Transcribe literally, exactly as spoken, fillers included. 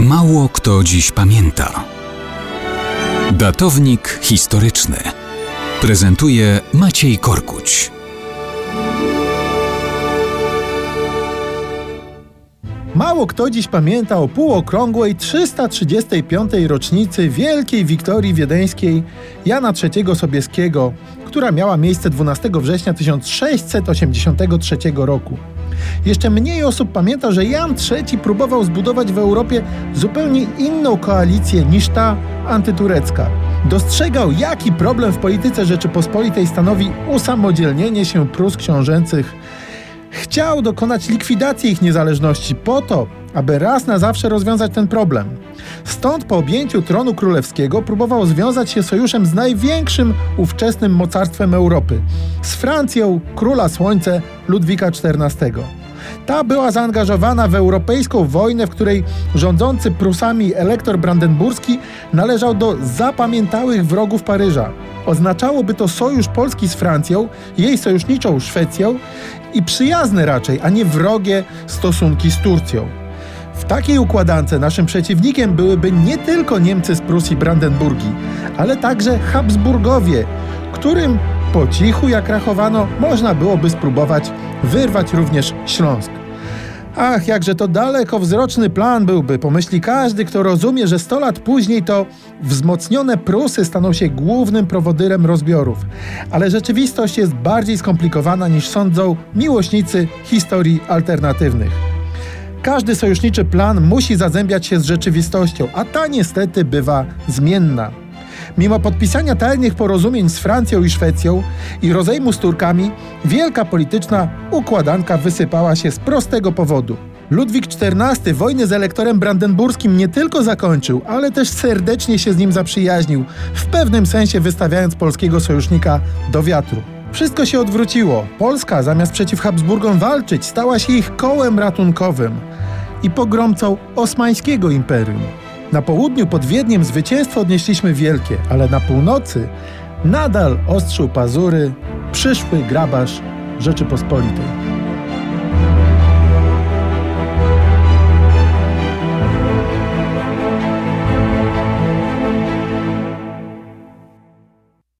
Mało kto dziś pamięta. Datownik historyczny prezentuje Maciej Korkuć. Mało kto dziś pamięta o półokrągłej trzysta trzydziestej piątej rocznicy Wielkiej Wiktorii Wiedeńskiej Jana trzeciego Sobieskiego, która miała miejsce dwunastego września tysiąc sześćset osiemdziesiątego trzeciego roku. Jeszcze mniej osób pamięta, że Jan trzeci próbował zbudować w Europie zupełnie inną koalicję niż ta antyturecka. Dostrzegał, jaki problem w polityce Rzeczypospolitej stanowi usamodzielnienie się Prus książęcych. Chciał dokonać likwidacji ich niezależności po to, aby raz na zawsze rozwiązać ten problem. Stąd po objęciu tronu królewskiego próbował związać się sojuszem z największym ówczesnym mocarstwem Europy, z Francją króla Słońce Ludwika czternastego. Ta była zaangażowana w europejską wojnę, w której rządzący Prusami elektor brandenburski należał do zapamiętałych wrogów Paryża. Oznaczałoby to sojusz Polski z Francją, jej sojuszniczą Szwecją i przyjazne raczej, a nie wrogie stosunki z Turcją. W takiej układance naszym przeciwnikiem byłyby nie tylko Niemcy z Prus i Brandenburgii, ale także Habsburgowie, którym po cichu, jak rachowano, można byłoby spróbować wyrwać również Śląsk. Ach, jakże to dalekowzroczny plan byłby, pomyśli każdy, kto rozumie, że sto lat później to wzmocnione Prusy staną się głównym prowodyrem rozbiorów. Ale rzeczywistość jest bardziej skomplikowana niż sądzą miłośnicy historii alternatywnych. Każdy sojuszniczy plan musi zazębiać się z rzeczywistością, a ta niestety bywa zmienna. Mimo podpisania tajnych porozumień z Francją i Szwecją i rozejmu z Turkami, wielka polityczna układanka wysypała się z prostego powodu. Ludwik czternasty wojny z elektorem brandenburskim nie tylko zakończył, ale też serdecznie się z nim zaprzyjaźnił, w pewnym sensie wystawiając polskiego sojusznika do wiatru. Wszystko się odwróciło. Polska, zamiast przeciw Habsburgom walczyć, stała się ich kołem ratunkowym i pogromcą osmańskiego imperium. Na południu pod Wiedniem zwycięstwo odnieśliśmy wielkie, ale na północy nadal ostrzył pazury przyszły grabarz Rzeczypospolitej.